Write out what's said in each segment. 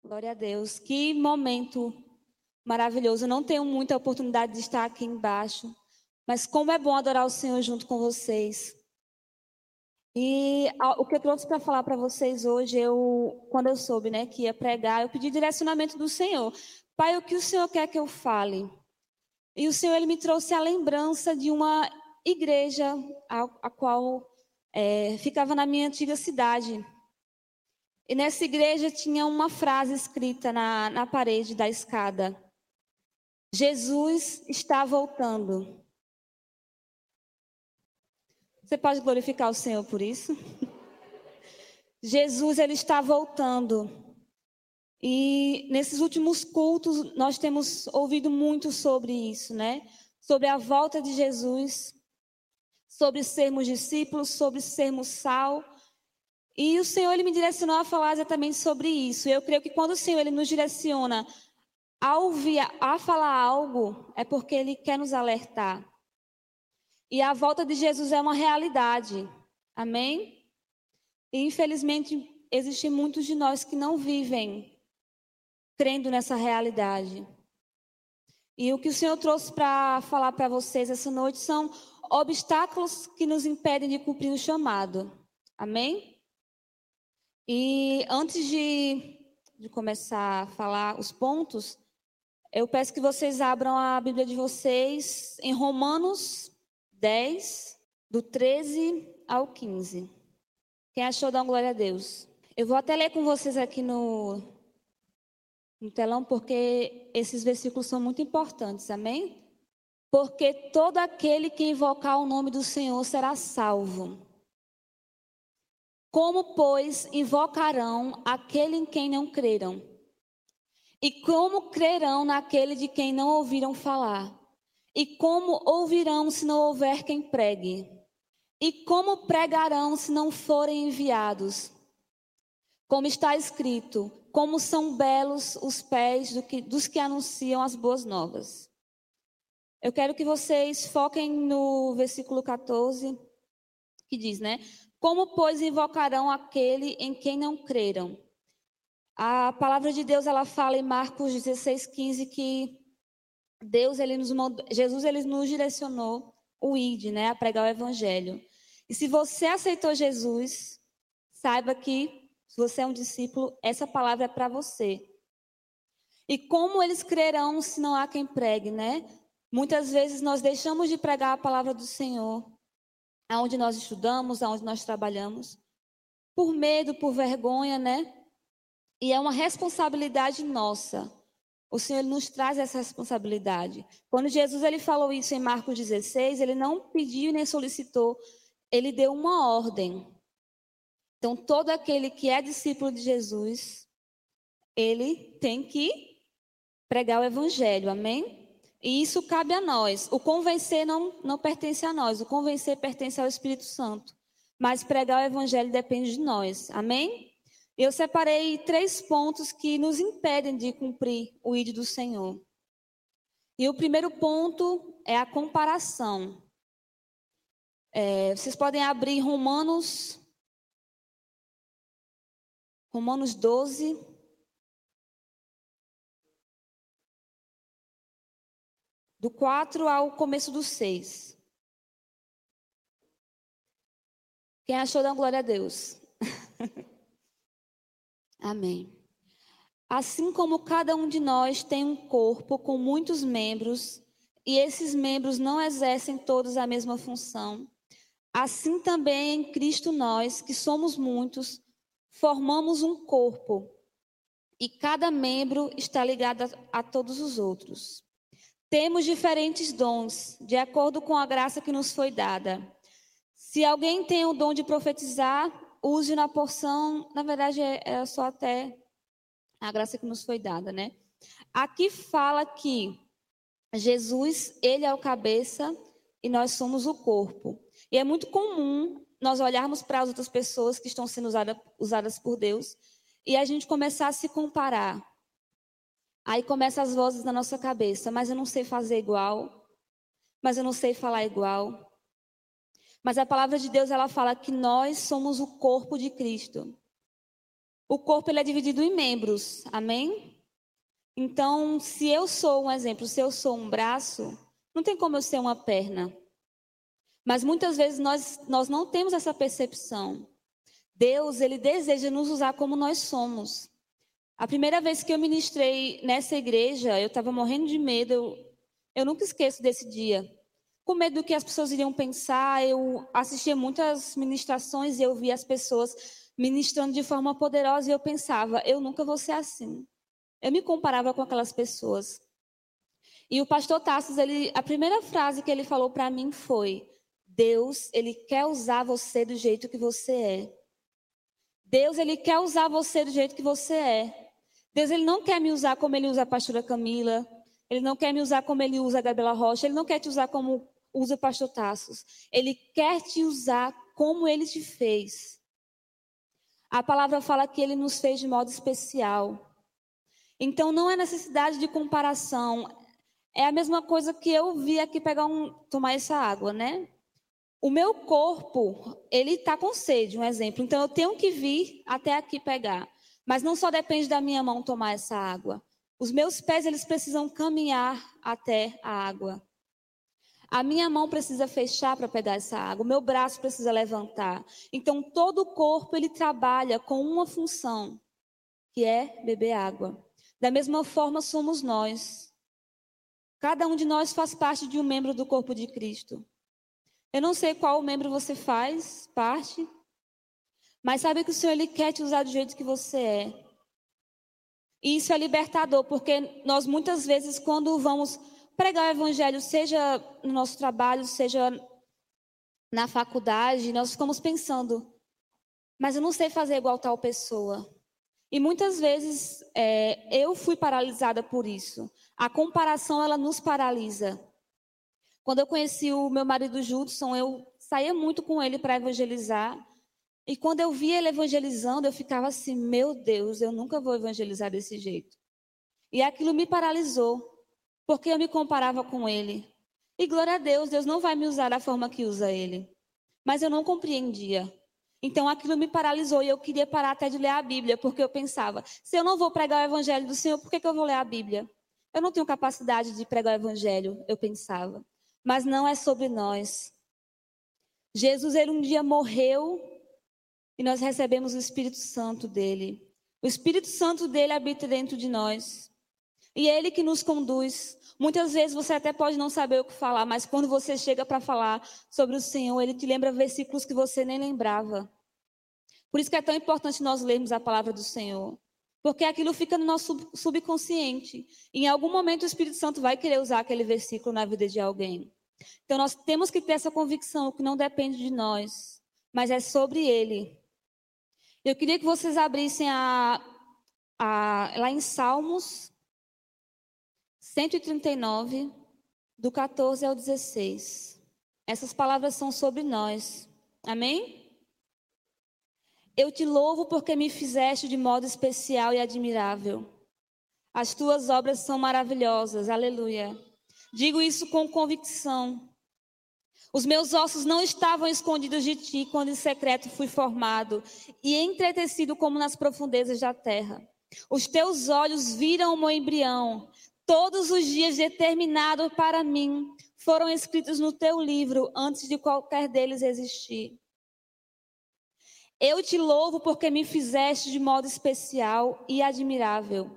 Glória a Deus. Que momento maravilhoso. Eu não tenho muita oportunidade de estar aqui embaixo, mas como é bom adorar o Senhor junto com vocês. E o que eu trouxe para falar para vocês hoje, quando eu soube, que ia pregar, eu pedi direcionamento do Senhor. Pai, o que o Senhor quer que eu fale? E o Senhor, Ele me trouxe a lembrança de uma igreja a qual ficava na minha antiga cidade. E nessa igreja tinha uma frase escrita na parede da escada. Jesus está voltando. Você pode glorificar o Senhor por isso? Jesus, Ele está voltando. E nesses últimos cultos, nós temos ouvido muito sobre isso, Sobre a volta de Jesus, sobre sermos discípulos, sobre sermos sal. E o Senhor, Ele me direcionou a falar exatamente sobre isso. Eu creio que quando o Senhor, Ele nos direciona a falar algo, é porque Ele quer nos alertar. E a volta de Jesus é uma realidade. Amém? E infelizmente, existem muitos de nós que não vivem crendo nessa realidade. E o que o Senhor trouxe para falar para vocês essa noite são obstáculos que nos impedem de cumprir o chamado. Amém? E antes de começar a falar os pontos, eu peço que vocês abram a Bíblia de vocês em Romanos 10, do 13 ao 15. Quem achou, dá uma glória a Deus. Eu vou até ler com vocês aqui no telão, porque esses versículos são muito importantes, amém? Porque todo aquele que invocar o nome do Senhor será salvo. Como, pois, invocarão aquele em quem não creram? E como crerão naquele de quem não ouviram falar? E como ouvirão se não houver quem pregue? E como pregarão se não forem enviados? Como está escrito, como são belos os pés dos que anunciam as boas novas. Eu quero que vocês foquem no versículo 14, que diz, Como, pois, invocarão aquele em quem não creram? A palavra de Deus, ela fala em Marcos 16, 15, que Jesus, ele nos direcionou o ID, a pregar o evangelho. E se você aceitou Jesus, saiba que, se você é um discípulo, essa palavra é para você. E como eles crerão se não há quem pregue, Muitas vezes nós deixamos de pregar a palavra do Senhor, aonde nós estudamos, aonde nós trabalhamos, por medo, por vergonha, E é uma responsabilidade nossa. O Senhor nos traz essa responsabilidade. Quando Jesus ele falou isso em Marcos 16, ele não pediu nem solicitou, ele deu uma ordem. Então, todo aquele que é discípulo de Jesus, ele tem que pregar o evangelho, amém? E isso cabe a nós. O convencer não pertence a nós, o convencer pertence ao Espírito Santo. Mas pregar o evangelho depende de nós, amém? Eu separei 3 pontos que nos impedem de cumprir o ID do Senhor. E o primeiro ponto é a comparação. Vocês podem abrir Romanos 12. Do 4 ao começo do 6. Quem achou, dá glória a Deus. Amém. Assim como cada um de nós tem um corpo com muitos membros, e esses membros não exercem todos a mesma função, assim também em Cristo nós, que somos muitos, formamos um corpo, e cada membro está ligado a todos os outros. Temos diferentes dons, de acordo com a graça que nos foi dada. Se alguém tem o dom de profetizar, use na porção, na verdade é só até a graça que nos foi dada, Aqui fala que Jesus, ele é o cabeça e nós somos o corpo. E é muito comum nós olharmos para as outras pessoas que estão sendo usadas por Deus e a gente começar a se comparar. Aí começam as vozes na nossa cabeça, mas eu não sei fazer igual, mas eu não sei falar igual. Mas a palavra de Deus, ela fala que nós somos o corpo de Cristo. O corpo ele é dividido em membros, amém? Então, se eu sou um exemplo, se eu sou um braço, não tem como eu ser uma perna. Mas muitas vezes nós não temos essa percepção. Deus, ele deseja nos usar como nós somos. A primeira vez que eu ministrei nessa igreja, eu estava morrendo de medo. Eu nunca esqueço desse dia. Com medo do que as pessoas iriam pensar, eu assistia muitas ministrações e eu via as pessoas ministrando de forma poderosa e eu pensava, eu nunca vou ser assim. Eu me comparava com aquelas pessoas. E o pastor Tassos, a primeira frase que ele falou para mim foi: Deus, ele quer usar você do jeito que você é. Deus, ele quer usar você do jeito que você é. Deus, ele não quer me usar como ele usa a pastora Camila. Ele não quer me usar como ele usa a Gabriela Rocha. Ele não quer te usar como usa o pastor Tassos. Ele quer te usar como ele te fez. A palavra fala que ele nos fez de modo especial. Então, não é necessidade de comparação. É a mesma coisa que eu vi aqui tomar essa água, né? O meu corpo, ele está com sede, um exemplo. Então, eu tenho que vir até aqui pegar. Mas não só depende da minha mão tomar essa água. Os meus pés, eles precisam caminhar até a água. A minha mão precisa fechar para pegar essa água. O meu braço precisa levantar. Então, todo o corpo, ele trabalha com uma função, que é beber água. Da mesma forma, somos nós. Cada um de nós faz parte de um membro do corpo de Cristo. Eu não sei qual membro você faz parte, mas sabe que o Senhor, ele quer te usar do jeito que você é. E isso é libertador, porque nós muitas vezes, quando vamos pregar o evangelho, seja no nosso trabalho, seja na faculdade, nós ficamos pensando, mas eu não sei fazer igual tal pessoa. E muitas vezes eu fui paralisada por isso. A comparação, ela nos paralisa. Quando eu conheci o meu marido Judson, eu saía muito com ele para evangelizar. E quando eu via ele evangelizando, eu ficava assim, meu Deus, eu nunca vou evangelizar desse jeito. E aquilo me paralisou, porque eu me comparava com ele. E glória a Deus, Deus não vai me usar da forma que usa ele. Mas eu não compreendia. Então aquilo me paralisou e eu queria parar até de ler a Bíblia, porque eu pensava, se eu não vou pregar o evangelho do Senhor, por que eu vou ler a Bíblia? Eu não tenho capacidade de pregar o evangelho, eu pensava. Mas não é sobre nós. Jesus, ele um dia morreu e nós recebemos o Espírito Santo dele. O Espírito Santo dele habita dentro de nós. E é ele que nos conduz. Muitas vezes você até pode não saber o que falar, mas quando você chega para falar sobre o Senhor, ele te lembra versículos que você nem lembrava. Por isso que é tão importante nós lermos a palavra do Senhor. Porque aquilo fica no nosso subconsciente. Em algum momento o Espírito Santo vai querer usar aquele versículo na vida de alguém. Então nós temos que ter essa convicção que não depende de nós, mas é sobre Ele. Eu queria que vocês abrissem lá em Salmos 139, do 14 ao 16. Essas palavras são sobre nós. Amém? Eu te louvo porque me fizeste de modo especial e admirável. As tuas obras são maravilhosas. Aleluia. Digo isso com convicção. Os meus ossos não estavam escondidos de ti quando em secreto fui formado e entretecido como nas profundezas da terra. Os teus olhos viram o meu embrião. Todos os dias determinados para mim foram escritos no teu livro antes de qualquer deles existir. Eu te louvo porque me fizeste de modo especial e admirável.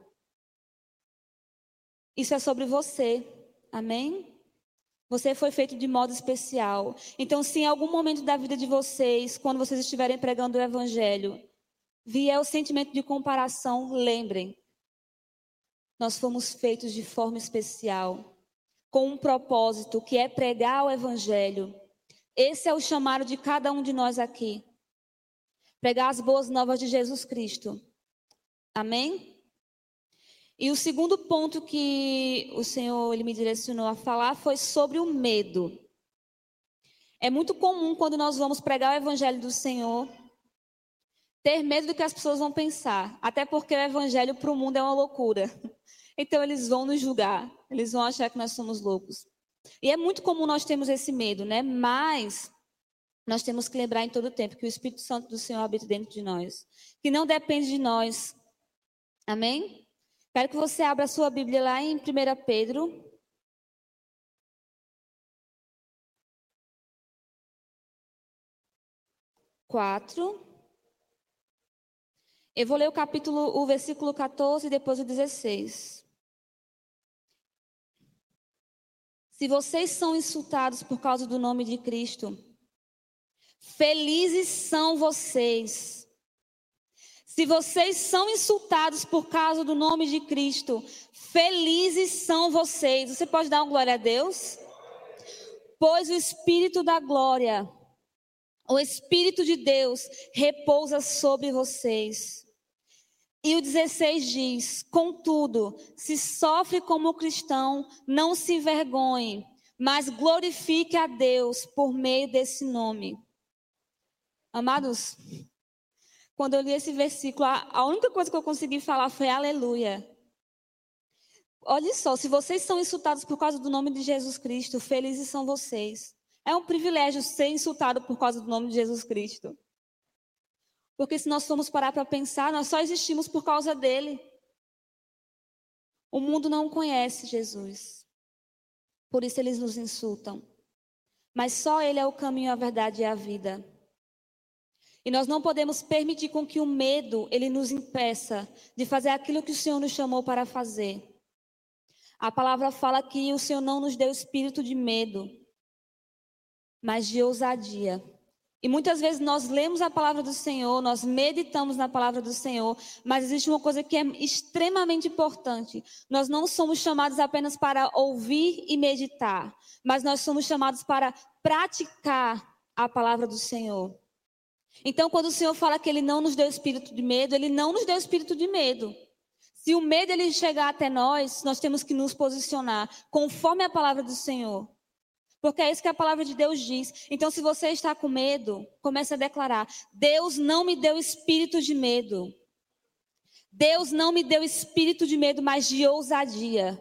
Isso é sobre você. Amém? Você foi feito de modo especial. Então, se em algum momento da vida de vocês, quando vocês estiverem pregando o evangelho, vier o sentimento de comparação, lembrem. Nós fomos feitos de forma especial, com um propósito que é pregar o evangelho. Esse é o chamado de cada um de nós aqui. Pregar as boas novas de Jesus Cristo. Amém? E o segundo ponto que o Senhor ele me direcionou a falar foi sobre o medo. É muito comum quando nós vamos pregar o evangelho do Senhor, ter medo do que as pessoas vão pensar. Até porque o evangelho para o mundo é uma loucura. Então eles vão nos julgar, eles vão achar que nós somos loucos. E é muito comum nós termos esse medo, né? Mas nós temos que lembrar em todo tempo que o Espírito Santo do Senhor habita dentro de nós, que não depende de nós. Amém? Quero que você abra a sua Bíblia lá em 1 Pedro. Eu vou ler o versículo 14 e depois o 16. Se vocês são insultados por causa do nome de Cristo, felizes são vocês. Se vocês são insultados por causa do nome de Cristo, felizes são vocês. Você pode dar uma glória a Deus? Pois o Espírito da glória, o Espírito de Deus repousa sobre vocês. E o 16 diz: contudo, se sofre como cristão, não se envergonhe, mas glorifique a Deus por meio desse nome. Amados, quando eu li esse versículo, a única coisa que eu consegui falar foi aleluia. Olha só, se vocês são insultados por causa do nome de Jesus Cristo, felizes são vocês. É um privilégio ser insultado por causa do nome de Jesus Cristo. Porque se nós formos parar para pensar, nós só existimos por causa dele. O mundo não conhece Jesus. Por isso eles nos insultam. Mas só ele é o caminho, a verdade e a vida. E nós não podemos permitir com que o medo, ele nos impeça de fazer aquilo que o Senhor nos chamou para fazer. A palavra fala que o Senhor não nos deu espírito de medo, mas de ousadia. E muitas vezes nós lemos a palavra do Senhor, nós meditamos na palavra do Senhor, mas existe uma coisa que é extremamente importante. Nós não somos chamados apenas para ouvir e meditar, mas nós somos chamados para praticar a palavra do Senhor. Então, quando o Senhor fala que Ele não nos deu espírito de medo, Ele não nos deu espírito de medo. Se o medo ele chegar até nós, nós temos que nos posicionar conforme a palavra do Senhor. Porque é isso que a palavra de Deus diz. Então, se você está com medo, comece a declarar: Deus não me deu espírito de medo. Deus não me deu espírito de medo, mas de ousadia.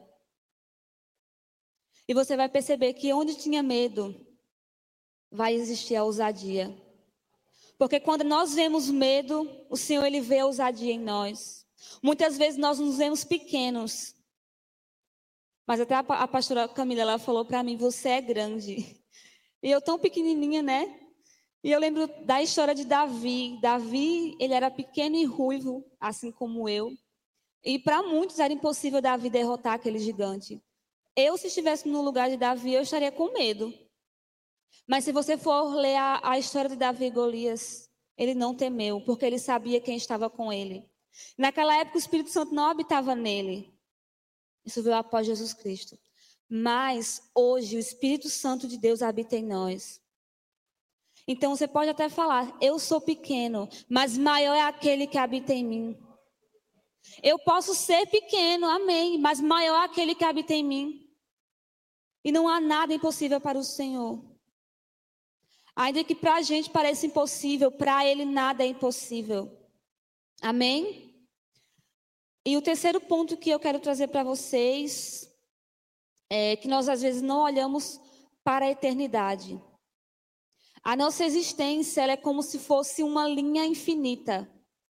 E você vai perceber que onde tinha medo, vai existir a ousadia. Porque quando nós vemos medo, o Senhor ele vê a ousadia em nós. Muitas vezes nós nos vemos pequenos. Mas até a pastora Camila, ela falou para mim: você é grande. E eu tão pequenininha, né? E eu lembro da história de Davi. Davi, ele era pequeno e ruivo, assim como eu. E para muitos era impossível Davi derrotar aquele gigante. Eu, se estivesse no lugar de Davi, eu estaria com medo. Mas se você for ler a história de Davi e Golias, ele não temeu, porque ele sabia quem estava com ele. Naquela época, o Espírito Santo não habitava nele. Isso veio após Jesus Cristo. Mas hoje o Espírito Santo de Deus habita em nós. Então você pode até falar: eu sou pequeno, mas maior é aquele que habita em mim. Eu posso ser pequeno, amém, mas maior é aquele que habita em mim. E não há nada impossível para o Senhor. Ainda que para a gente pareça impossível, para Ele nada é impossível. Amém? E o terceiro ponto que eu quero trazer para vocês é que nós às vezes não olhamos para a eternidade. A nossa existência ela é como se fosse uma linha infinita.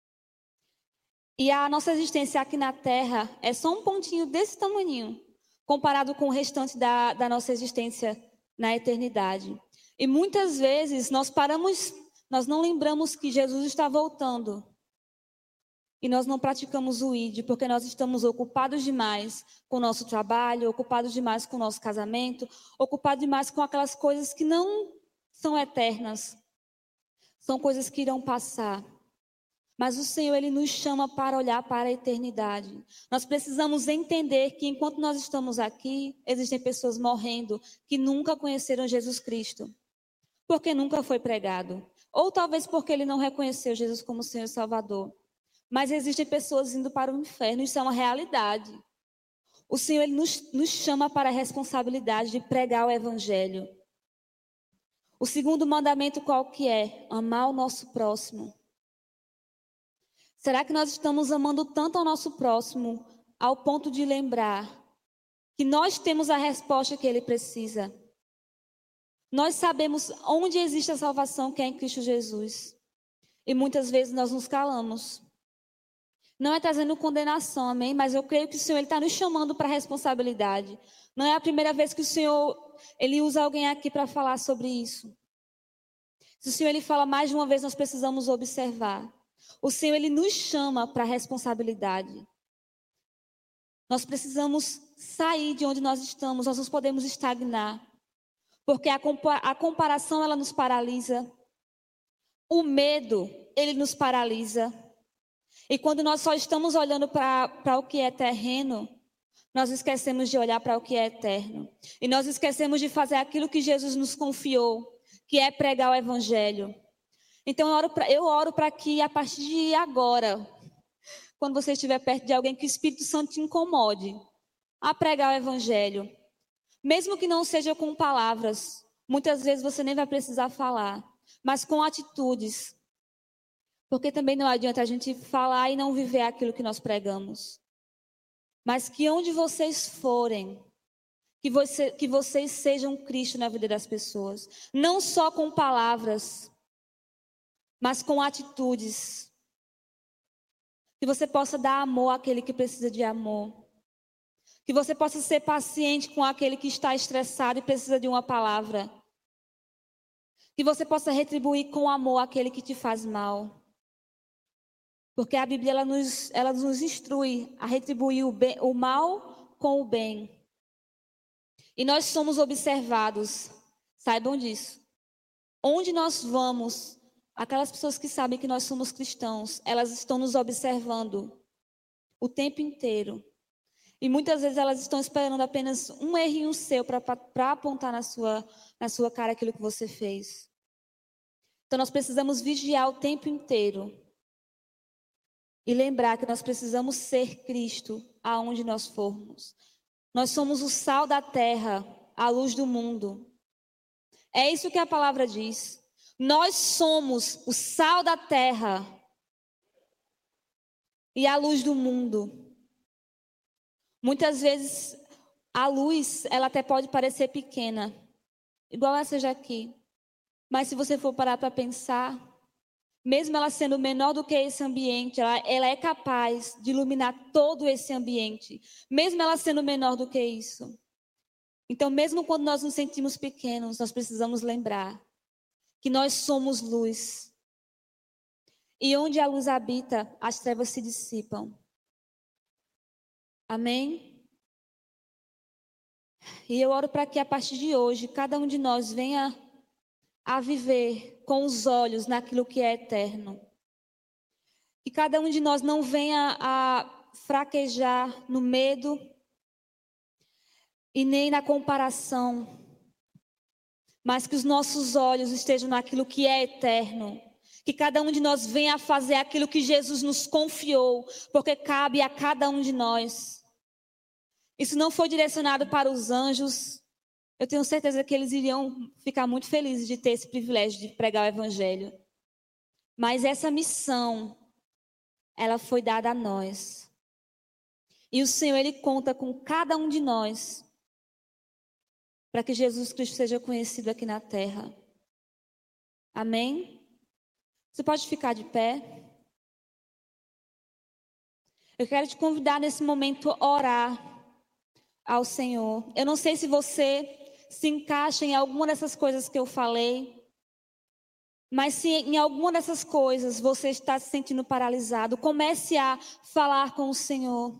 E a nossa existência aqui na Terra é só um pontinho desse tamanho, comparado com o restante da nossa existência na eternidade. E muitas vezes nós não lembramos que Jesus está voltando. E nós não praticamos o ID, porque nós estamos ocupados demais com o nosso trabalho, ocupados demais com o nosso casamento, ocupados demais com aquelas coisas que não são eternas. São coisas que irão passar. Mas o Senhor, Ele nos chama para olhar para a eternidade. Nós precisamos entender que enquanto nós estamos aqui, existem pessoas morrendo que nunca conheceram Jesus Cristo. Porque nunca foi pregado. Ou talvez porque ele não reconheceu Jesus como Senhor e Salvador. Mas existem pessoas indo para o inferno, isso é uma realidade. O Senhor Ele nos chama para a responsabilidade de pregar o Evangelho. O segundo mandamento qual que é? Amar o nosso próximo. Será que nós estamos amando tanto ao nosso próximo, ao ponto de lembrar que nós temos a resposta que ele precisa? Nós sabemos onde existe a salvação, que é em Cristo Jesus. E muitas vezes nós nos calamos. Não é trazendo condenação, amém? Mas eu creio que o Senhor está nos chamando para a responsabilidade. Não é a primeira vez que o Senhor ele usa alguém aqui para falar sobre isso. Se o Senhor ele fala mais de uma vez, nós precisamos observar. O Senhor ele nos chama para a responsabilidade. Nós precisamos sair de onde nós estamos, nós não podemos estagnar. Porque a comparação ela nos paralisa. O medo, ele nos paralisa. E quando nós só estamos olhando para o que é terreno, nós esquecemos de olhar para o que é eterno. E nós esquecemos de fazer aquilo que Jesus nos confiou, que é pregar o evangelho. Então eu oro para que a partir de agora, quando você estiver perto de alguém, que o Espírito Santo te incomode a pregar o evangelho. Mesmo que não seja com palavras, muitas vezes você nem vai precisar falar, mas com atitudes. Porque também não adianta a gente falar e não viver aquilo que nós pregamos. Mas que onde vocês forem, que vocês sejam Cristo na vida das pessoas. Não só com palavras, mas com atitudes. Que você possa dar amor àquele que precisa de amor. Que você possa ser paciente com aquele que está estressado e precisa de uma palavra. Que você possa retribuir com amor aquele que te faz mal. Porque a Bíblia ela nos instrui a retribuir o mal com o bem. E nós somos observados, saibam disso. Onde nós vamos, aquelas pessoas que sabem que nós somos cristãos, elas estão nos observando o tempo inteiro. E muitas vezes elas estão esperando apenas um errinho seu para apontar na sua cara aquilo que você fez. Então nós precisamos vigiar o tempo inteiro. E lembrar que nós precisamos ser Cristo aonde nós formos. Nós somos o sal da terra, a luz do mundo. É isso que a palavra diz. Nós somos o sal da terra e a luz do mundo. Muitas vezes a luz, ela até pode parecer pequena, igual essa já aqui. Mas se você for parar para pensar, mesmo ela sendo menor do que esse ambiente, ela é capaz de iluminar todo esse ambiente. Mesmo ela sendo menor do que isso. Então, mesmo quando nós nos sentimos pequenos, nós precisamos lembrar que nós somos luz. E onde a luz habita, as trevas se dissipam. Amém? E eu oro para que a partir de hoje, cada um de nós venha a viver com os olhos naquilo que é eterno. Que cada um de nós não venha a fraquejar no medo e nem na comparação, mas que os nossos olhos estejam naquilo que é eterno. Que cada um de nós venha a fazer aquilo que Jesus nos confiou, porque cabe a cada um de nós. Isso não foi direcionado para os anjos. Eu tenho certeza que eles iriam ficar muito felizes de ter esse privilégio de pregar o evangelho. Mas essa missão, ela foi dada a nós. E o Senhor, Ele conta com cada um de nós para que Jesus Cristo seja conhecido aqui na terra. Amém? Você pode ficar de pé? Eu quero te convidar nesse momento a orar ao Senhor. Eu não sei se você se encaixa em alguma dessas coisas que eu falei, mas se em alguma dessas coisas você está se sentindo paralisado, comece a falar com o Senhor.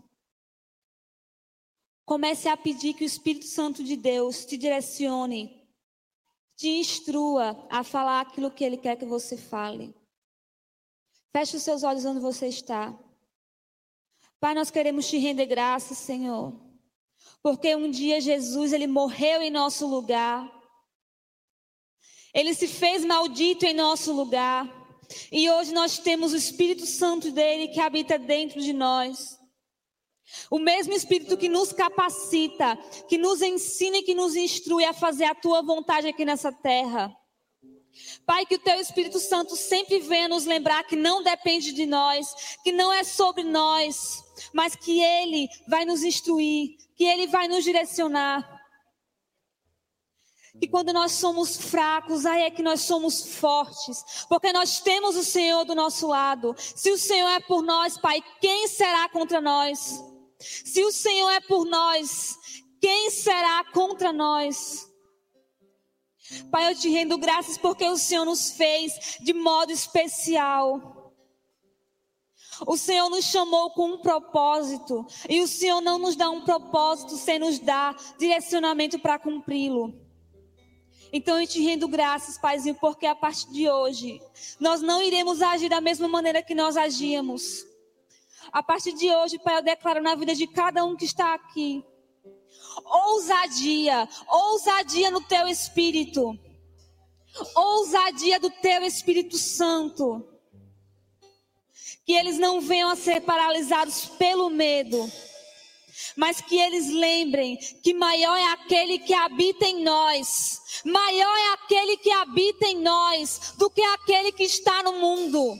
Comece a pedir que o Espírito Santo de Deus te direcione, te instrua a falar aquilo que Ele quer que você fale. Feche os seus olhos onde você está. Pai, nós queremos te render graças, Senhor. Porque um dia Jesus, Ele morreu em nosso lugar. Ele se fez maldito em nosso lugar. E hoje nós temos o Espírito Santo dele que habita dentro de nós. O mesmo Espírito que nos capacita, que nos ensina e que nos instrui a fazer a tua vontade aqui nessa terra. Pai, que o teu Espírito Santo sempre venha nos lembrar que não depende de nós, que não é sobre nós, mas que Ele vai nos instruir, que Ele vai nos direcionar. que quando nós somos fracos, aí é que nós somos fortes, porque nós temos o Senhor do nosso lado. Se o Senhor é por nós, Pai, quem será contra nós? Se o Senhor é por nós, quem será contra nós? Pai, eu te rendo graças porque o Senhor nos fez de modo especial. O Senhor nos chamou com um propósito, e o Senhor não nos dá um propósito sem nos dar direcionamento para cumpri-lo. Então eu te rendo graças, Paizinho, porque a partir de hoje nós não iremos agir da mesma maneira que nós agíamos. A partir de hoje, Pai, eu declaro na vida de cada um que está aqui ousadia no teu Espírito, ousadia do teu Espírito Santo, que eles não venham a ser paralisados pelo medo, mas que eles lembrem que maior é aquele que habita em nós, maior é aquele que habita em nós do que aquele que está no mundo.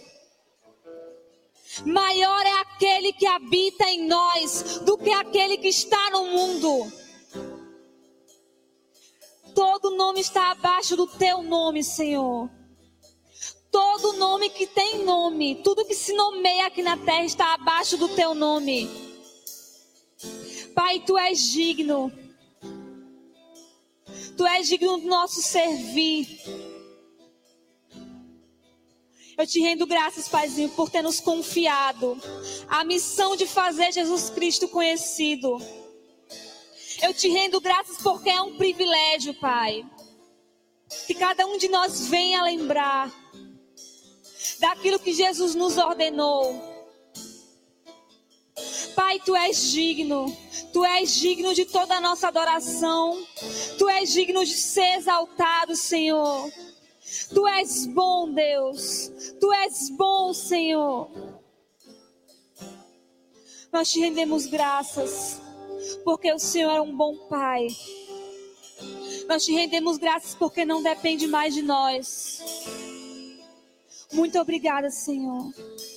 Maior é aquele que habita em nós do que aquele que está no mundo. Todo nome está abaixo do teu nome, Senhor. Todo nome que tem nome, tudo que se nomeia aqui na terra está abaixo do teu nome. Pai, tu és digno. Tu és digno do nosso servir. Eu te rendo graças, Paizinho, por ter nos confiado a missão de fazer Jesus Cristo conhecido. Eu te rendo graças porque é um privilégio, Pai, que cada um de nós venha lembrar daquilo que Jesus nos ordenou. Pai, tu és digno de toda a nossa adoração, tu és digno de ser exaltado, Senhor. Tu és bom, Deus, tu és bom, Senhor. Nós te rendemos graças, porque o Senhor é um bom Pai. Nós te rendemos graças porque não depende mais de nós. Muito obrigada, Senhor.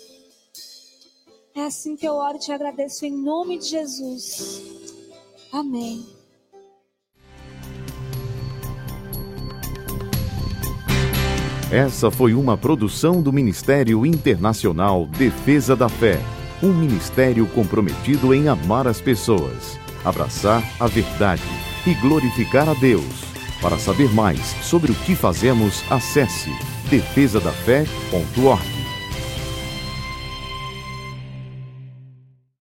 É assim que eu oro e te agradeço em nome de Jesus. Amém. Essa foi uma produção do Ministério Internacional Defesa da Fé, um ministério comprometido em amar as pessoas, abraçar a verdade e glorificar a Deus. Para saber mais sobre o que fazemos, acesse defesadafé.org.